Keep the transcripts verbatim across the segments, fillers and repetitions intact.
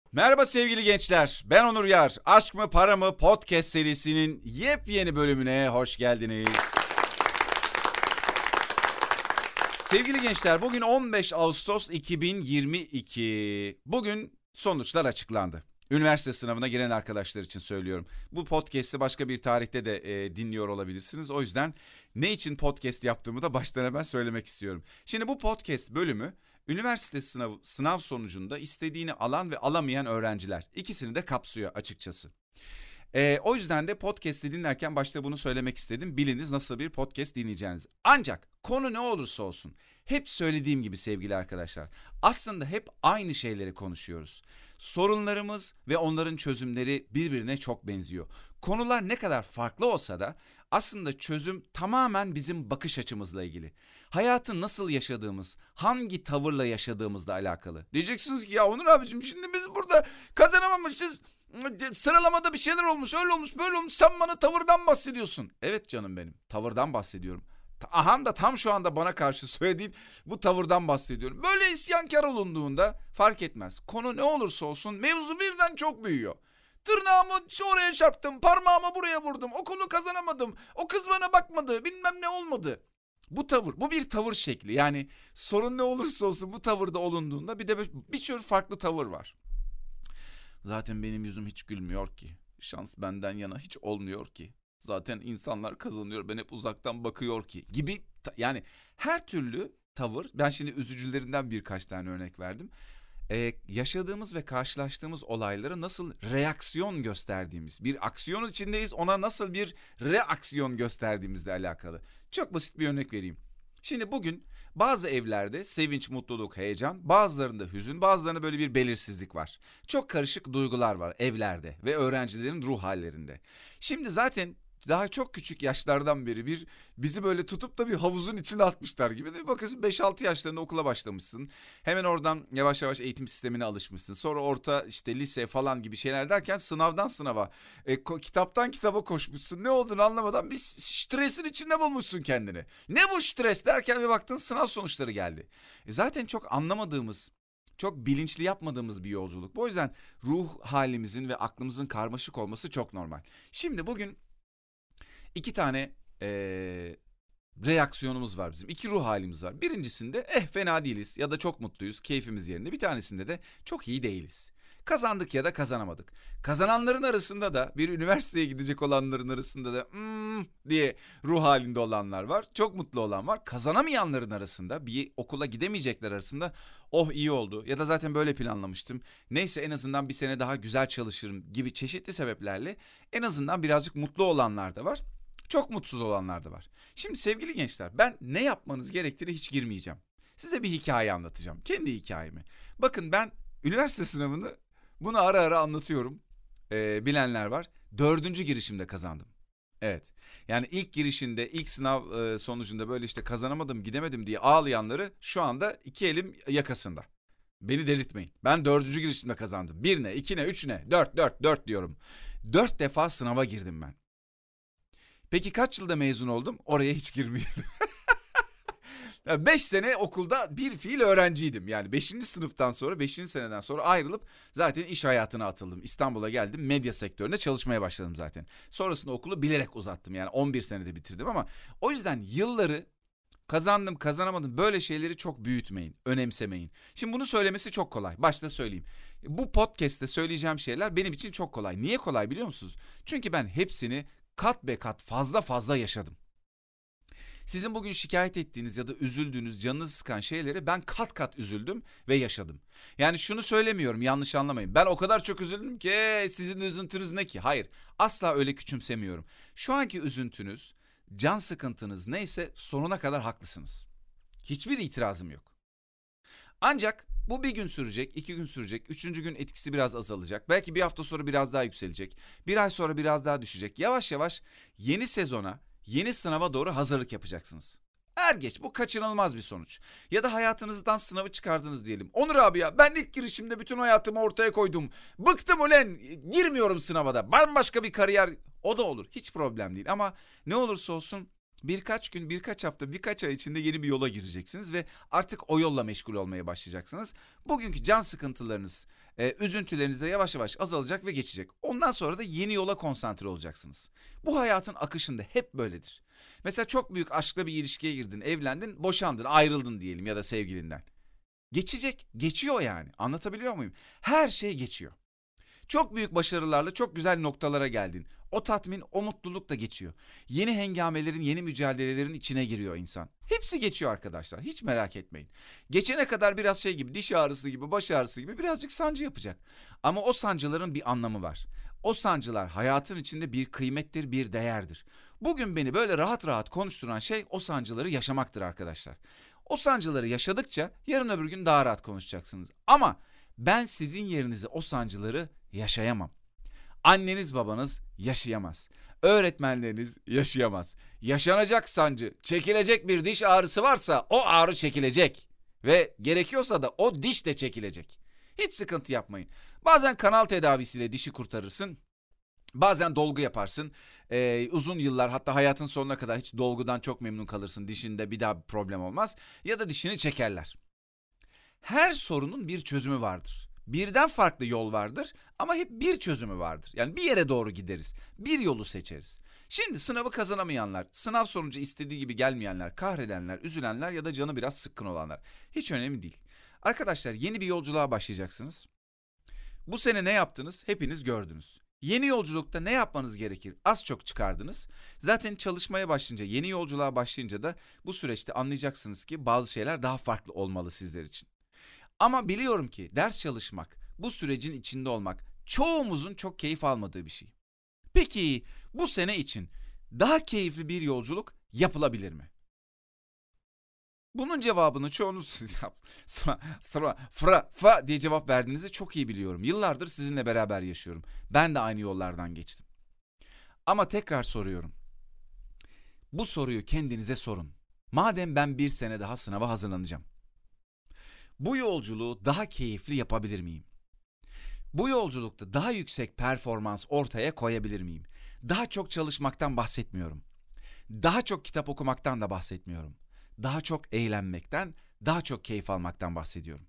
Merhaba sevgili gençler, ben Onur Yar. Aşk mı Para mı podcast serisinin yepyeni bölümüne hoş geldiniz. Sevgili gençler, bugün on beş Ağustos iki bin yirmi iki. Bugün sonuçlar açıklandı. Üniversite sınavına giren arkadaşlar için söylüyorum. Bu podcast'i başka bir tarihte de e, dinliyor olabilirsiniz. O yüzden ne için podcast yaptığımı da baştan hemen söylemek istiyorum. Şimdi bu podcast bölümü üniversite sınav, sınav sonucunda istediğini alan ve alamayan öğrenciler. İkisini de kapsıyor açıkçası. E, o yüzden de podcast'i dinlerken başta bunu söylemek istedim. Biliniz nasıl bir podcast dinleyeceğiniz. Ancak konu ne olursa olsun hep söylediğim gibi sevgili arkadaşlar, aslında hep aynı şeyleri konuşuyoruz. Sorunlarımız ve onların çözümleri birbirine çok benziyor. Konular ne kadar farklı olsa da aslında çözüm tamamen bizim bakış açımızla ilgili. Hayatı nasıl yaşadığımız, hangi tavırla yaşadığımızla alakalı. Diyeceksiniz ki ya Onur abicim, şimdi biz burada kazanamamışız. Sıralamada bir şeyler olmuş, öyle olmuş, böyle olmuş. Sen bana tavırdan bahsediyorsun. Evet canım benim, tavırdan bahsediyorum. Ahan da tam şu anda bana karşı söylediğin bu tavırdan bahsediyorum. Böyle isyankar olunduğunda fark etmez. Konu ne olursa olsun mevzu birden çok büyüyor. Tırnağımı oraya çarptım, parmağımı buraya vurdum, okulu kazanamadım, o kız bana bakmadı, bilmem ne olmadı. Bu tavır, bu bir tavır şekli. Yani sorun ne olursa olsun bu tavırda olunduğunda bir de birçok farklı tavır var. Zaten benim yüzüm hiç gülmüyor ki. Şans benden yana hiç olmuyor ki. Zaten insanlar kazanıyor, ben hep uzaktan bakıyor ki gibi, yani her türlü tavır. Ben şimdi üzücülerinden birkaç tane örnek verdim. Ee, yaşadığımız ve karşılaştığımız olaylara nasıl reaksiyon gösterdiğimiz, bir aksiyonun içindeyiz, ona nasıl bir reaksiyon gösterdiğimizle alakalı. Çok basit bir örnek vereyim. Şimdi bugün bazı evlerde sevinç, mutluluk, heyecan, bazılarında hüzün, bazılarında böyle bir belirsizlik var. Çok karışık duygular var evlerde ve öğrencilerin ruh hallerinde. Şimdi zaten daha çok küçük yaşlardan beri bir bizi böyle tutup da bir havuzun içine atmışlar gibi. Bir bakıyorsun beş altı yaşlarında okula başlamışsın. Hemen oradan yavaş yavaş eğitim sistemine alışmışsın. Sonra orta işte lise falan gibi şeyler derken sınavdan sınava, e, ko- kitaptan kitaba koşmuşsun. Ne olduğunu anlamadan bir stresin içinde bulmuşsun kendini. Ne bu stres derken bir baktın sınav sonuçları geldi. E zaten çok anlamadığımız, çok bilinçli yapmadığımız bir yolculuk. Bu yüzden ruh halimizin ve aklımızın karmaşık olması çok normal. Şimdi bugün İki tane ee, reaksiyonumuz var bizim. İki ruh halimiz var. Birincisinde eh fena değiliz ya da çok mutluyuz, keyfimiz yerinde. Bir tanesinde de çok iyi değiliz. Kazandık ya da kazanamadık. Kazananların arasında da, bir üniversiteye gidecek olanların arasında da hmm diye ruh halinde olanlar var. Çok mutlu olan var. Kazanamayanların arasında, bir okula gidemeyecekler arasında oh iyi oldu ya da zaten böyle planlamıştım. Neyse en azından bir sene daha güzel çalışırım gibi çeşitli sebeplerle en azından birazcık mutlu olanlar da var. Çok mutsuz olanlar da var. Şimdi sevgili gençler, ben ne yapmanız gerektiğine hiç girmeyeceğim. Size bir hikaye anlatacağım. Kendi hikayemi. Bakın ben üniversite sınavını, bunu ara ara anlatıyorum. Ee, bilenler var. Dördüncü girişimde kazandım. Evet. Yani ilk girişinde, ilk sınav e, sonucunda böyle işte kazanamadım, gidemedim diye ağlayanları şu anda iki elim yakasında. Beni delirtmeyin. Ben dördüncü girişimde kazandım. Bir ne, iki ne, üç ne, dört, dört, dört diyorum. Dört defa sınava girdim ben. Peki kaç yılda mezun oldum? Oraya hiç girmiyorum. Beş sene okulda bir fiil öğrenciydim. Yani beşinci sınıftan sonra, beşinci seneden sonra ayrılıp zaten iş hayatına atıldım. İstanbul'a geldim, medya sektöründe çalışmaya başladım zaten. Sonrasında okulu bilerek uzattım. Yani on bir senede bitirdim ama o yüzden yılları kazandım, kazanamadım, böyle şeyleri çok büyütmeyin, önemsemeyin. Şimdi bunu söylemesi çok kolay. Başta söyleyeyim. Bu podcast'te söyleyeceğim şeyler benim için çok kolay. Niye kolay biliyor musunuz? Çünkü ben hepsini kat be kat fazla fazla yaşadım. Sizin bugün şikayet ettiğiniz ya da üzüldüğünüz, canınızı sıkan şeyleri ben kat kat üzüldüm ve yaşadım. Yani şunu söylemiyorum, yanlış anlamayın. Ben o kadar çok üzüldüm ki ee, sizin üzüntünüz ne ki? Hayır, asla öyle küçümsemiyorum. Şu anki üzüntünüz, can sıkıntınız neyse sonuna kadar haklısınız. Hiçbir itirazım yok. Ancak bu bir gün sürecek, iki gün sürecek, üçüncü gün etkisi biraz azalacak. Belki bir hafta sonra biraz daha yükselecek. Bir ay sonra biraz daha düşecek. Yavaş yavaş yeni sezona, yeni sınava doğru hazırlık yapacaksınız. Er geç bu kaçınılmaz bir sonuç. Ya da hayatınızdan sınavı çıkardınız diyelim. Onur abi ya, ben ilk girişimde bütün hayatımı ortaya koydum. Bıktım ulen, girmiyorum sınava da. Bambaşka bir kariyer, o da olur. Hiç problem değil ama ne olursa olsun birkaç gün, birkaç hafta, birkaç ay içinde yeni bir yola gireceksiniz ve artık o yolla meşgul olmaya başlayacaksınız. Bugünkü can sıkıntılarınız, Ee, üzüntüleriniz de yavaş yavaş azalacak ve geçecek. Ondan sonra da yeni yola konsantre olacaksınız. Bu hayatın akışında hep böyledir. Mesela çok büyük aşkla bir ilişkiye girdin, evlendin, boşandın, ayrıldın diyelim ya da sevgilinden. Geçecek, geçiyor yani. Anlatabiliyor muyum? Her şey geçiyor. Çok büyük başarılarla çok güzel noktalara geldin. O tatmin, o mutluluk da geçiyor. Yeni hengamelerin, yeni mücadelelerin içine giriyor insan. Hepsi geçiyor arkadaşlar. Hiç merak etmeyin. Geçene kadar biraz şey gibi, diş ağrısı gibi, baş ağrısı gibi birazcık sancı yapacak. Ama o sancıların bir anlamı var. O sancılar hayatın içinde bir kıymettir, bir değerdir. Bugün beni böyle rahat rahat konuşturan şey o sancıları yaşamaktır arkadaşlar. O sancıları yaşadıkça yarın öbür gün daha rahat konuşacaksınız. Ama ben sizin yerinize o sancıları yaşayamam. Anneniz babanız yaşayamaz. Öğretmenleriniz yaşayamaz. Yaşanacak sancı, çekilecek bir diş ağrısı varsa o ağrı çekilecek. Ve gerekiyorsa da o diş de çekilecek. Hiç sıkıntı yapmayın. Bazen kanal tedavisiyle dişi kurtarırsın. Bazen dolgu yaparsın. Ee, uzun yıllar, hatta hayatın sonuna kadar hiç dolgudan çok memnun kalırsın. Dişinde bir daha bir problem olmaz. Ya da dişini çekerler. Her sorunun bir çözümü vardır. Birden farklı yol vardır ama hep bir çözümü vardır. Yani bir yere doğru gideriz. Bir yolu seçeriz. Şimdi sınavı kazanamayanlar, sınav sonucu istediği gibi gelmeyenler, kahredenler, üzülenler ya da canı biraz sıkkın olanlar. Hiç önemli değil. Arkadaşlar, yeni bir yolculuğa başlayacaksınız. Bu sene ne yaptınız? Hepiniz gördünüz. Yeni yolculukta ne yapmanız gerekir? Az çok çıkardınız. Zaten çalışmaya başlayınca, yeni yolculuğa başlayınca da bu süreçte anlayacaksınız ki bazı şeyler daha farklı olmalı sizler için. Ama biliyorum ki ders çalışmak, bu sürecin içinde olmak çoğumuzun çok keyif almadığı bir şey. Peki bu sene için daha keyifli bir yolculuk yapılabilir mi? Bunun cevabını çoğunuz siz yap. Sıra, sıra, fra, fa diye cevap verdiğinizi çok iyi biliyorum. Yıllardır sizinle beraber yaşıyorum. Ben de aynı yollardan geçtim. Ama tekrar soruyorum. Bu soruyu kendinize sorun. Madem ben bir sene daha sınava hazırlanacağım. Bu yolculuğu daha keyifli yapabilir miyim? Bu yolculukta daha yüksek performans ortaya koyabilir miyim? Daha çok çalışmaktan bahsetmiyorum. Daha çok kitap okumaktan da bahsetmiyorum. Daha çok eğlenmekten, daha çok keyif almaktan bahsediyorum.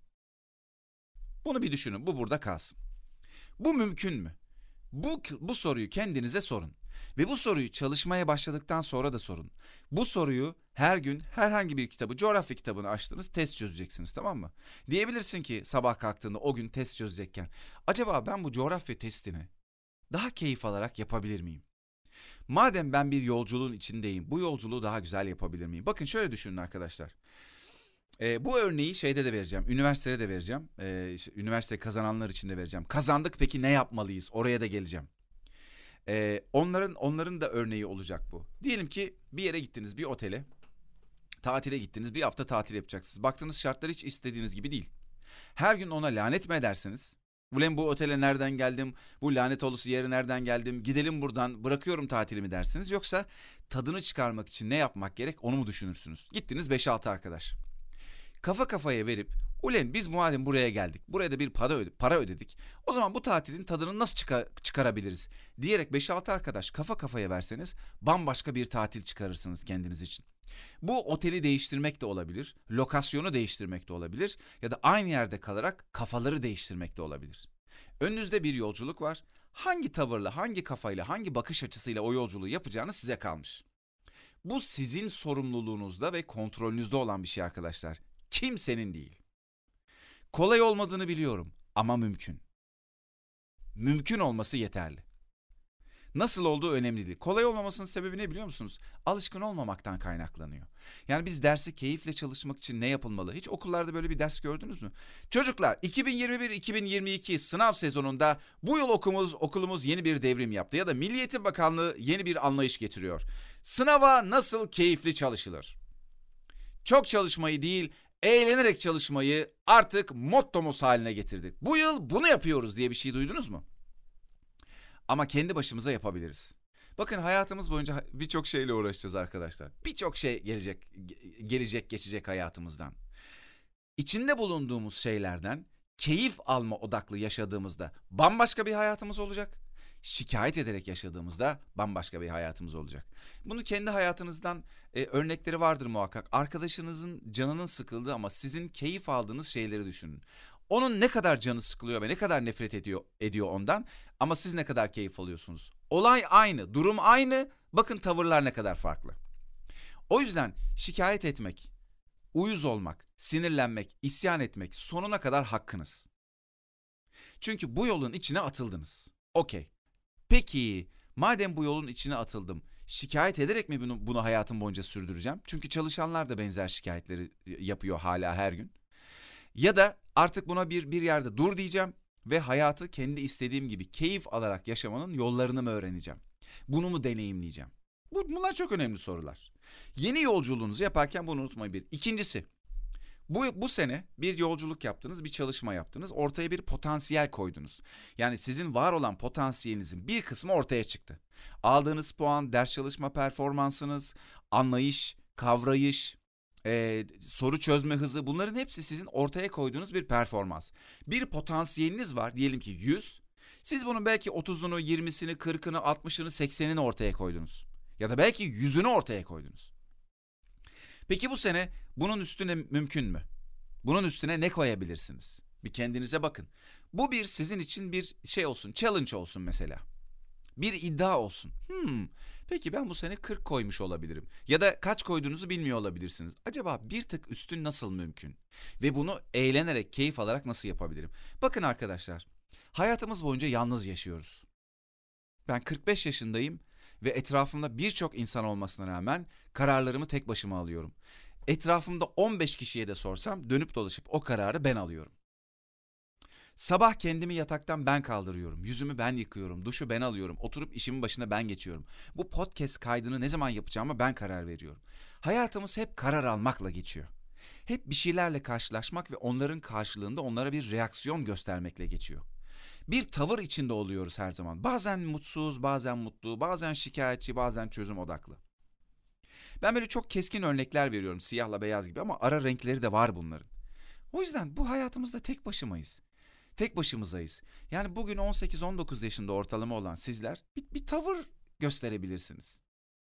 Bunu bir düşünün, bu burada kalsın. Bu mümkün mü? Bu, bu soruyu kendinize sorun. Ve bu soruyu çalışmaya başladıktan sonra da sorun. Bu soruyu her gün herhangi bir kitabı, coğrafya kitabını açtınız, test çözeceksiniz, tamam mı? Diyebilirsin ki sabah kalktığında o gün test çözecekken, acaba ben bu coğrafya testini daha keyif alarak yapabilir miyim? Madem ben bir yolculuğun içindeyim, bu yolculuğu daha güzel yapabilir miyim? Bakın şöyle düşünün arkadaşlar. Ee, bu örneği şeyde de vereceğim, üniversitede de vereceğim. Ee, işte, üniversite kazananlar için de vereceğim. Kazandık, peki ne yapmalıyız? Oraya da geleceğim. Ee, onların onların da örneği olacak bu. Diyelim ki bir yere gittiniz, bir otele, tatile gittiniz, bir hafta tatil yapacaksınız. Baktığınız şartlar hiç istediğiniz gibi değil. Her gün ona lanet mi edersiniz? Ulan bu otele nereden geldim, bu lanet olası yere nereden geldim, gidelim buradan, bırakıyorum tatilimi dersiniz. Yoksa tadını çıkarmak için ne yapmak gerek onu mu düşünürsünüz? Gittiniz beş altı arkadaş. Kafa kafaya verip, ulen biz madem buraya geldik, buraya da bir para, öde, para ödedik, o zaman bu tatilin tadını nasıl çıkar, çıkarabiliriz diyerek beş altı arkadaş kafa kafaya verseniz bambaşka bir tatil çıkarırsınız kendiniz için. Bu oteli değiştirmek de olabilir, lokasyonu değiştirmek de olabilir ya da aynı yerde kalarak kafaları değiştirmek de olabilir. Önünüzde bir yolculuk var, hangi tavırla, hangi kafayla, hangi bakış açısıyla o yolculuğu yapacağınız size kalmış. Bu sizin sorumluluğunuzda ve kontrolünüzde olan bir şey arkadaşlar. Kimsenin değil. Kolay olmadığını biliyorum ama mümkün. Mümkün olması yeterli. Nasıl olduğu önemli değil. Kolay olmamasının sebebi ne biliyor musunuz? Alışkın olmamaktan kaynaklanıyor. Yani biz dersi keyifle çalışmak için ne yapılmalı? Hiç okullarda böyle bir ders gördünüz mü? Çocuklar, iki bin yirmi bir iki bin yirmi iki sınav sezonunda bu yıl okulumuz, okulumuz yeni bir devrim yaptı ya da Milli Eğitim Bakanlığı yeni bir anlayış getiriyor. Sınava nasıl keyifli çalışılır? Çok çalışmayı değil, eğlenerek çalışmayı artık mottomuz haline getirdik. Bu yıl bunu yapıyoruz diye bir şey duydunuz mu? Ama kendi başımıza yapabiliriz. Bakın hayatımız boyunca birçok şeyle uğraşacağız arkadaşlar. Birçok şey gelecek, gelecek, geçecek hayatımızdan. İçinde bulunduğumuz şeylerden keyif alma odaklı yaşadığımızda bambaşka bir hayatımız olacak. Şikayet ederek yaşadığımızda bambaşka bir hayatımız olacak. Bunu kendi hayatınızdan e, örnekleri vardır muhakkak. Arkadaşınızın canının sıkıldığı ama sizin keyif aldığınız şeyleri düşünün. Onun ne kadar canı sıkılıyor ve ne kadar nefret ediyor ediyor ondan, ama siz ne kadar keyif alıyorsunuz? Olay aynı, durum aynı. Bakın tavırlar ne kadar farklı. O yüzden şikayet etmek, uyuz olmak, sinirlenmek, isyan etmek sonuna kadar hakkınız. Çünkü bu yolun içine atıldınız. Okey. Peki madem bu yolun içine atıldım, şikayet ederek mi bunu, bunu hayatım boyunca sürdüreceğim? Çünkü çalışanlar da benzer şikayetleri yapıyor hala her gün. Ya da artık buna bir bir yerde dur diyeceğim ve hayatı kendi istediğim gibi keyif alarak yaşamanın yollarını mı öğreneceğim? Bunu mu deneyimleyeceğim? Bu, bunlar çok önemli sorular. Yeni yolculuğunuzu yaparken bunu unutmayın bir. İkincisi, bu, bu sene bir yolculuk yaptınız, bir çalışma yaptınız, ortaya bir potansiyel koydunuz. Yani sizin var olan potansiyelinizin bir kısmı ortaya çıktı. Aldığınız puan, ders çalışma performansınız, anlayış, kavrayış, e, soru çözme hızı, bunların hepsi sizin ortaya koyduğunuz bir performans. Bir potansiyeliniz var, diyelim ki yüz. Siz bunun belki otuzunu, yirmisini, kırkını, altmışını, seksenini ortaya koydunuz. Ya da belki yüzünü ortaya koydunuz. Peki bu sene bunun üstüne mümkün mü? Bunun üstüne ne koyabilirsiniz? Bir kendinize bakın. Bu bir sizin için bir şey olsun, challenge olsun mesela. Bir iddia olsun. Hmm, peki ben bu sene kırk koymuş olabilirim. Ya da kaç koyduğunuzu bilmiyor olabilirsiniz. Acaba bir tık üstün nasıl mümkün? Ve bunu eğlenerek, keyif alarak nasıl yapabilirim? Bakın arkadaşlar, hayatımız boyunca yalnız yaşıyoruz. Ben kırk beş yaşındayım ve etrafımda birçok insan olmasına rağmen kararlarımı tek başıma alıyorum. Etrafımda on beş kişiye de sorsam dönüp dolaşıp o kararı ben alıyorum. Sabah kendimi yataktan ben kaldırıyorum, yüzümü ben yıkıyorum, duşu ben alıyorum, oturup işimin başına ben geçiyorum. Bu podcast kaydını ne zaman yapacağıma ben karar veriyorum. Hayatımız hep karar almakla geçiyor. Hep bir şeylerle karşılaşmak ve onların karşılığında onlara bir reaksiyon göstermekle geçiyor. Bir tavır içinde oluyoruz her zaman. Bazen mutsuz, bazen mutlu, bazen şikayetçi, bazen çözüm odaklı. Ben böyle çok keskin örnekler veriyorum, siyahla beyaz gibi, ama ara renkleri de var bunların. O yüzden bu hayatımızda tek başımayız. Tek başımızayız. Yani bugün on sekiz on dokuz yaşında ortalama olan sizler bir, bir tavır gösterebilirsiniz.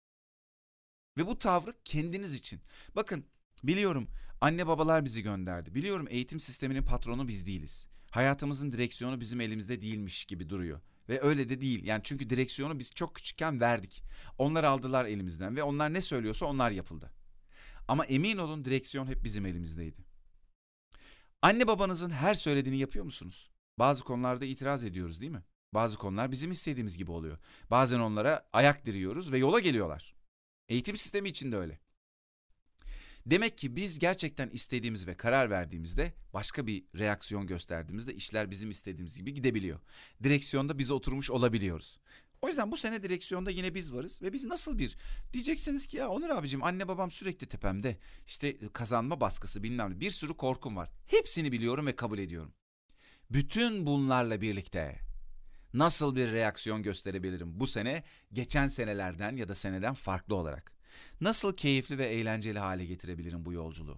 Ve bu tavrı kendiniz için. Bakın, biliyorum anne babalar bizi gönderdi. Biliyorum eğitim sisteminin patronu biz değiliz. Hayatımızın direksiyonu bizim elimizde değilmiş gibi duruyor. Ve öyle de değil. Yani çünkü direksiyonu biz çok küçükken verdik. Onlar aldılar elimizden ve onlar ne söylüyorsa onlar yapıldı. Ama emin olun direksiyon hep bizim elimizdeydi. Anne babanızın her söylediğini yapıyor musunuz? Bazı konularda itiraz ediyoruz, değil mi? Bazı konular bizim istediğimiz gibi oluyor. Bazen onlara ayak diriyoruz ve yola geliyorlar. Eğitim sistemi için de öyle. Demek ki biz gerçekten istediğimiz ve karar verdiğimizde, başka bir reaksiyon gösterdiğimizde işler bizim istediğimiz gibi gidebiliyor. Direksiyonda biz oturmuş olabiliyoruz. O yüzden bu sene direksiyonda yine biz varız ve biz nasıl bir... Diyeceksiniz ki ya Onur abicim, anne babam sürekli tepemde. İşte kazanma baskısı, bilmem ne, bir sürü korkum var. Hepsini biliyorum ve kabul ediyorum. Bütün bunlarla birlikte nasıl bir reaksiyon gösterebilirim bu sene geçen senelerden ya da seneden farklı olarak? Nasıl keyifli ve eğlenceli hale getirebilirim bu yolculuğu?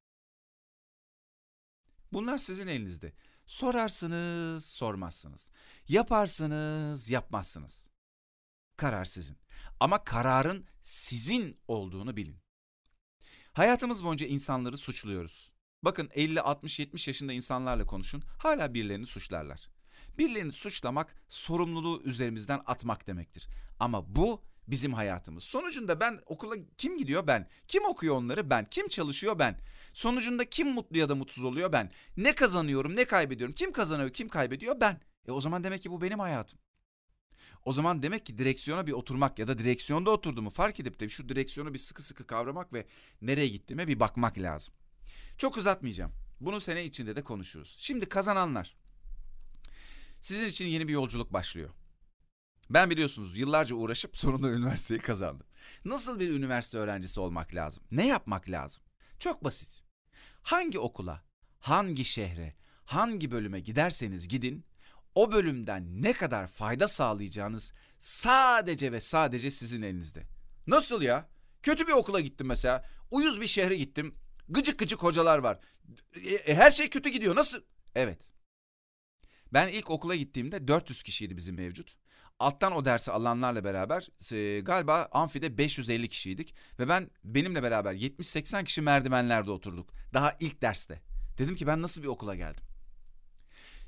Bunlar sizin elinizde. Sorarsınız, sormazsınız. Yaparsınız, yapmazsınız. Karar sizin. Ama kararın sizin olduğunu bilin. Hayatımız boyunca insanları suçluyoruz. Bakın elli, altmış, yetmiş yaşında insanlarla konuşun, hala birilerini suçlarlar. Birilerini suçlamak, sorumluluğu üzerimizden atmak demektir. Ama bu bizim hayatımız. Sonucunda ben okula kim gidiyor? Ben. Kim okuyor onları? Ben. Kim çalışıyor? Ben. Sonucunda kim mutlu ya da mutsuz oluyor? Ben. Ne kazanıyorum? Ne kaybediyorum? Kim kazanıyor? Kim kaybediyor? Ben. E o zaman demek ki bu benim hayatım. O zaman demek ki direksiyona bir oturmak ya da direksiyonda oturduğumu fark edip de şu direksiyonu bir sıkı sıkı kavramak ve nereye gittiğime bir bakmak lazım. Çok uzatmayacağım. Bunu sene içinde de konuşuruz. Şimdi kazananlar. Sizin için yeni bir yolculuk başlıyor. Ben biliyorsunuz yıllarca uğraşıp sonunda üniversiteyi kazandım. Nasıl bir üniversite öğrencisi olmak lazım? Ne yapmak lazım? Çok basit. Hangi okula, hangi şehre, hangi bölüme giderseniz gidin, o bölümden ne kadar fayda sağlayacağınız sadece ve sadece sizin elinizde. Nasıl ya? Kötü bir okula gittim mesela, uyuz bir şehre gittim, gıcık gıcık hocalar var. E, her şey kötü gidiyor, nasıl? Evet. Ben ilk okula gittiğimde dört yüz kişiydi bizim mevcut. Alttan o dersi alanlarla beraber e, galiba amfide beş yüz elli kişiydik. Ve ben benimle beraber yetmiş seksen kişi merdivenlerde oturduk. Daha ilk derste. Dedim ki ben nasıl bir okula geldim?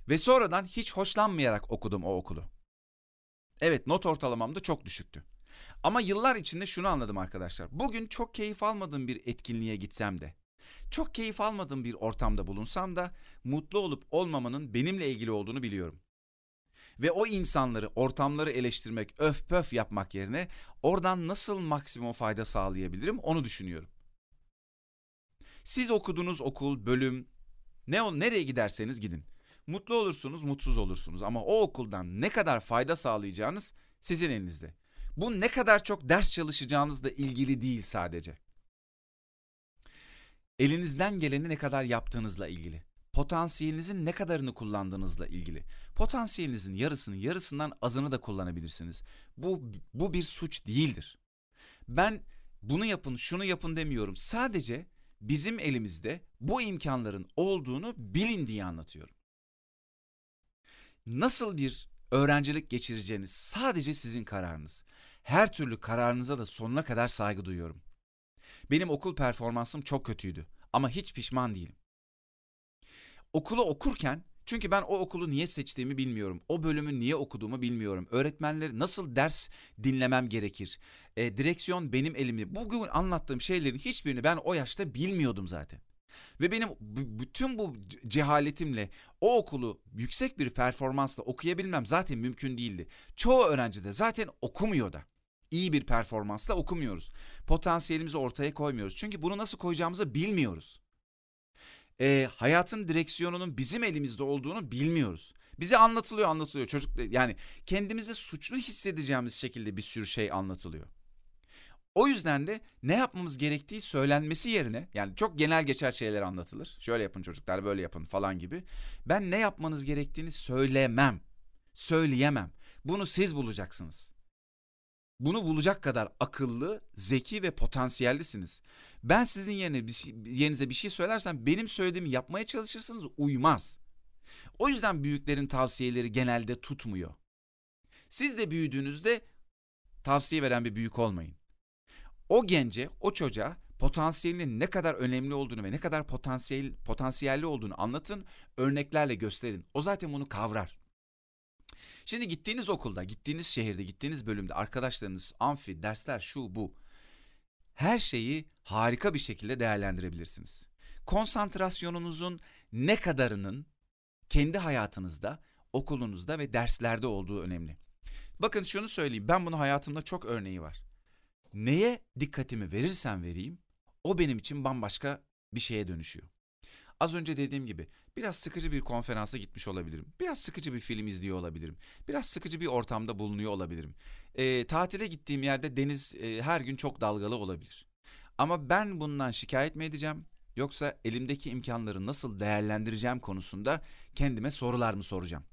Ve sonradan hiç hoşlanmayarak okudum o okulu. Evet, not ortalamam da çok düşüktü. Ama yıllar içinde şunu anladım arkadaşlar. Bugün çok keyif almadığım bir etkinliğe gitsem de, çok keyif almadığım bir ortamda bulunsam da mutlu olup olmamanın benimle ilgili olduğunu biliyorum. Ve o insanları, ortamları eleştirmek, öf pöf yapmak yerine oradan nasıl maksimum fayda sağlayabilirim onu düşünüyorum. Siz okuduğunuz okul, bölüm, ne o nereye giderseniz gidin. Mutlu olursunuz, mutsuz olursunuz ama o okuldan ne kadar fayda sağlayacağınız sizin elinizde. Bu ne kadar çok ders çalışacağınızla ilgili değil sadece. Elinizden geleni ne kadar yaptığınızla ilgili. Potansiyelinizin ne kadarını kullandığınızla ilgili. Potansiyelinizin yarısını, yarısından azını da kullanabilirsiniz. Bu bu bir suç değildir. Ben bunu yapın, şunu yapın demiyorum. Sadece bizim elimizde bu imkanların olduğunu bilin diye anlatıyorum. Nasıl bir öğrencilik geçireceğiniz sadece sizin kararınız. Her türlü kararınıza da sonuna kadar saygı duyuyorum. Benim okul performansım çok kötüydü ama hiç pişman değilim. Okulu okurken, çünkü ben o okulu niye seçtiğimi bilmiyorum. O bölümü niye okuduğumu bilmiyorum. Öğretmenleri nasıl ders dinlemem gerekir. E, direksiyon benim elimde. Bugün anlattığım şeylerin hiçbirini ben o yaşta bilmiyordum zaten. Ve benim b- bütün bu cehaletimle o okulu yüksek bir performansla okuyabilmem zaten mümkün değildi. Çoğu öğrenci de zaten okumuyor da. İyi bir performansla okumuyoruz. Potansiyelimizi ortaya koymuyoruz. Çünkü bunu nasıl koyacağımızı bilmiyoruz. E, hayatın direksiyonunun bizim elimizde olduğunu bilmiyoruz. Bize anlatılıyor anlatılıyor çocuk yani kendimizi suçlu hissedeceğimiz şekilde bir sürü şey anlatılıyor. O yüzden de ne yapmamız gerektiği söylenmesi yerine yani çok genel geçer şeyler anlatılır. Şöyle yapın çocuklar böyle yapın falan gibi. Ben ne yapmanız gerektiğini söylemem, söyleyemem. Bunu siz bulacaksınız. Bunu bulacak kadar akıllı, zeki ve potansiyellisiniz. Ben sizin yerine bir şey, yerinize bir şey söylersem benim söylediğimi yapmaya çalışırsınız, uymaz. O yüzden büyüklerin tavsiyeleri genelde tutmuyor. Siz de büyüdüğünüzde tavsiye veren bir büyük olmayın. O gence, o çocuğa potansiyelinin ne kadar önemli olduğunu ve ne kadar potansiyel potansiyelli olduğunu anlatın, örneklerle gösterin. O zaten bunu kavrar. Şimdi gittiğiniz okulda, gittiğiniz şehirde, gittiğiniz bölümde arkadaşlarınız, amfi, dersler, şu bu. Her şeyi harika bir şekilde değerlendirebilirsiniz. Konsantrasyonunuzun ne kadarının kendi hayatınızda, okulunuzda ve derslerde olduğu önemli. Bakın şunu söyleyeyim, ben bunun hayatımda çok örneği var. Neye dikkatimi verirsem vereyim, o benim için bambaşka bir şeye dönüşüyor. Az önce dediğim gibi biraz sıkıcı bir konferansa gitmiş olabilirim. Biraz sıkıcı bir film izliyor olabilirim. Biraz sıkıcı bir ortamda bulunuyor olabilirim. E, tatile gittiğim yerde deniz e, her gün çok dalgalı olabilir. Ama ben bundan şikayet mi edeceğim? Yoksa elimdeki imkanları nasıl değerlendireceğim konusunda kendime sorular mı soracağım?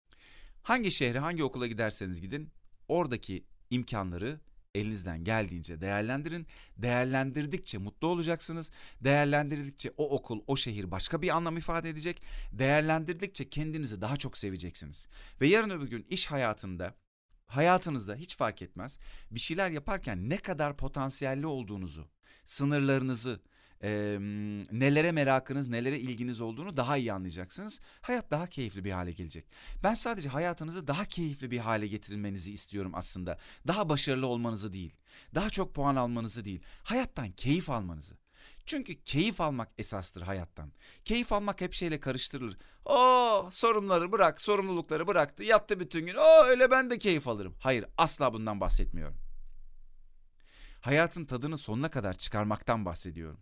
Hangi şehre, hangi okula giderseniz gidin, oradaki imkanları elinizden geldiğince değerlendirin. Değerlendirdikçe mutlu olacaksınız. Değerlendirdikçe o okul, o şehir başka bir anlam ifade edecek. Değerlendirdikçe kendinizi daha çok seveceksiniz. Ve yarın öbür gün iş hayatında, hayatınızda hiç fark etmez, bir şeyler yaparken ne kadar potansiyelli olduğunuzu, sınırlarınızı, e, nelere merakınız, nelere ilginiz olduğunu daha iyi anlayacaksınız. Hayat daha keyifli bir hale gelecek. Ben sadece hayatınızı daha keyifli bir hale getirilmenizi istiyorum aslında. Daha başarılı olmanızı değil, daha çok puan almanızı değil, hayattan keyif almanızı. Çünkü keyif almak esastır hayattan. Keyif almak hep şeyle karıştırılır. Oo, sorumluları bırak, sorumlulukları bıraktı, yattı bütün gün. Oo, öyle ben de keyif alırım. Hayır, asla bundan bahsetmiyorum. Hayatın tadını sonuna kadar çıkarmaktan bahsediyorum.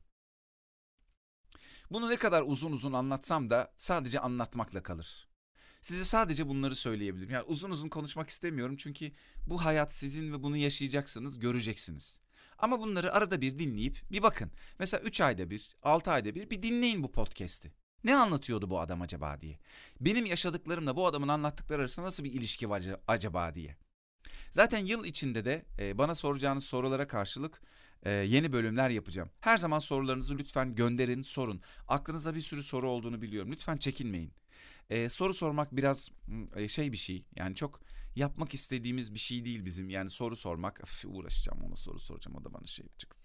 Bunu ne kadar uzun uzun anlatsam da sadece anlatmakla kalır. Size sadece bunları söyleyebilirim. Yani uzun uzun konuşmak istemiyorum çünkü bu hayat sizin ve bunu yaşayacaksınız, göreceksiniz. Ama bunları arada bir dinleyip bir bakın. Mesela üç ayda bir, altı ayda bir bir dinleyin bu podcast'i. Ne anlatıyordu bu adam acaba diye. Benim yaşadıklarımla bu adamın anlattıkları arasında nasıl bir ilişki var acaba diye. Zaten yıl içinde de e, bana soracağınız sorulara karşılık e, yeni bölümler yapacağım. Her zaman sorularınızı lütfen gönderin, sorun. Aklınızda bir sürü soru olduğunu biliyorum. Lütfen çekinmeyin. E, soru sormak biraz e, şey bir şey. Yani çok yapmak istediğimiz bir şey değil bizim. Yani soru sormak, öf, uğraşacağım ona soru soracağım. O da bana şey çıktı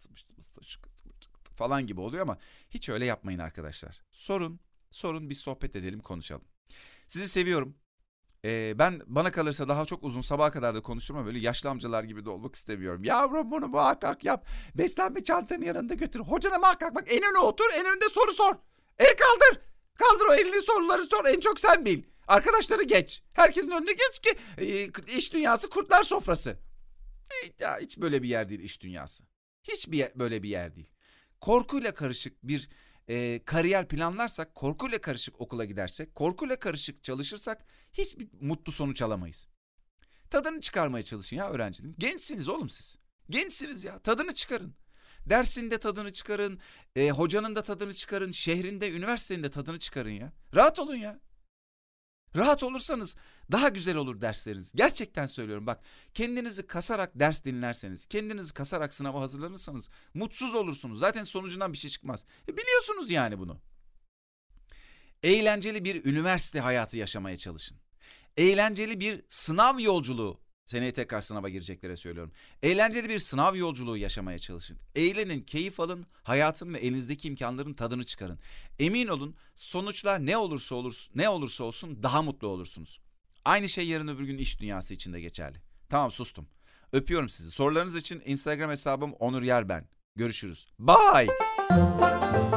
falan gibi oluyor ama hiç öyle yapmayın arkadaşlar. Sorun, sorun bir sohbet edelim, konuşalım. Sizi seviyorum. Ee, ben bana kalırsa daha çok uzun sabaha kadar da konuşurum ama böyle yaşlı amcalar gibi de olmak istemiyorum. Yavrum bunu muhakkak yap. Beslenme çantanın yanında götür. Hocana muhakkak bak en öne otur, en önde soru sor. El kaldır. Kaldır o elini, soruları sor. En çok sen bil. Arkadaşları geç. Herkesin önüne geç ki e, iş dünyası kurtlar sofrası. E, ya hiç böyle bir yer değil iş dünyası. Hiç bir yer, böyle bir yer değil. Korkuyla karışık bir e, kariyer planlarsak, korkuyla karışık okula gidersek, korkuyla karışık çalışırsak hiçbir mutlu sonuç alamayız. Tadını çıkarmaya çalışın ya öğrencinin. Gençsiniz oğlum siz. Gençsiniz ya, tadını çıkarın. Dersinde tadını çıkarın, e, hocanın da tadını çıkarın, şehrinde, üniversitenin de tadını çıkarın ya. Rahat olun ya. Rahat olursanız daha güzel olur dersleriniz. Gerçekten söylüyorum bak, kendinizi kasarak ders dinlerseniz, kendinizi kasarak sınava hazırlanırsanız mutsuz olursunuz. Zaten sonucundan bir şey çıkmaz. E, biliyorsunuz yani bunu. Eğlenceli bir üniversite hayatı yaşamaya çalışın. Eğlenceli bir sınav yolculuğu, seneye tekrar sınava gireceklere söylüyorum. Eğlenceli bir sınav yolculuğu yaşamaya çalışın. Eğlenin, keyif alın, hayatın ve elinizdeki imkanların tadını çıkarın. Emin olun sonuçlar ne olursa olur, ne olursa olsun daha mutlu olursunuz. Aynı şey yarın öbür gün iş dünyası için de geçerli. Tamam sustum. Öpüyorum sizi. Sorularınız için Instagram hesabım Onur Yerben. Görüşürüz. Bye.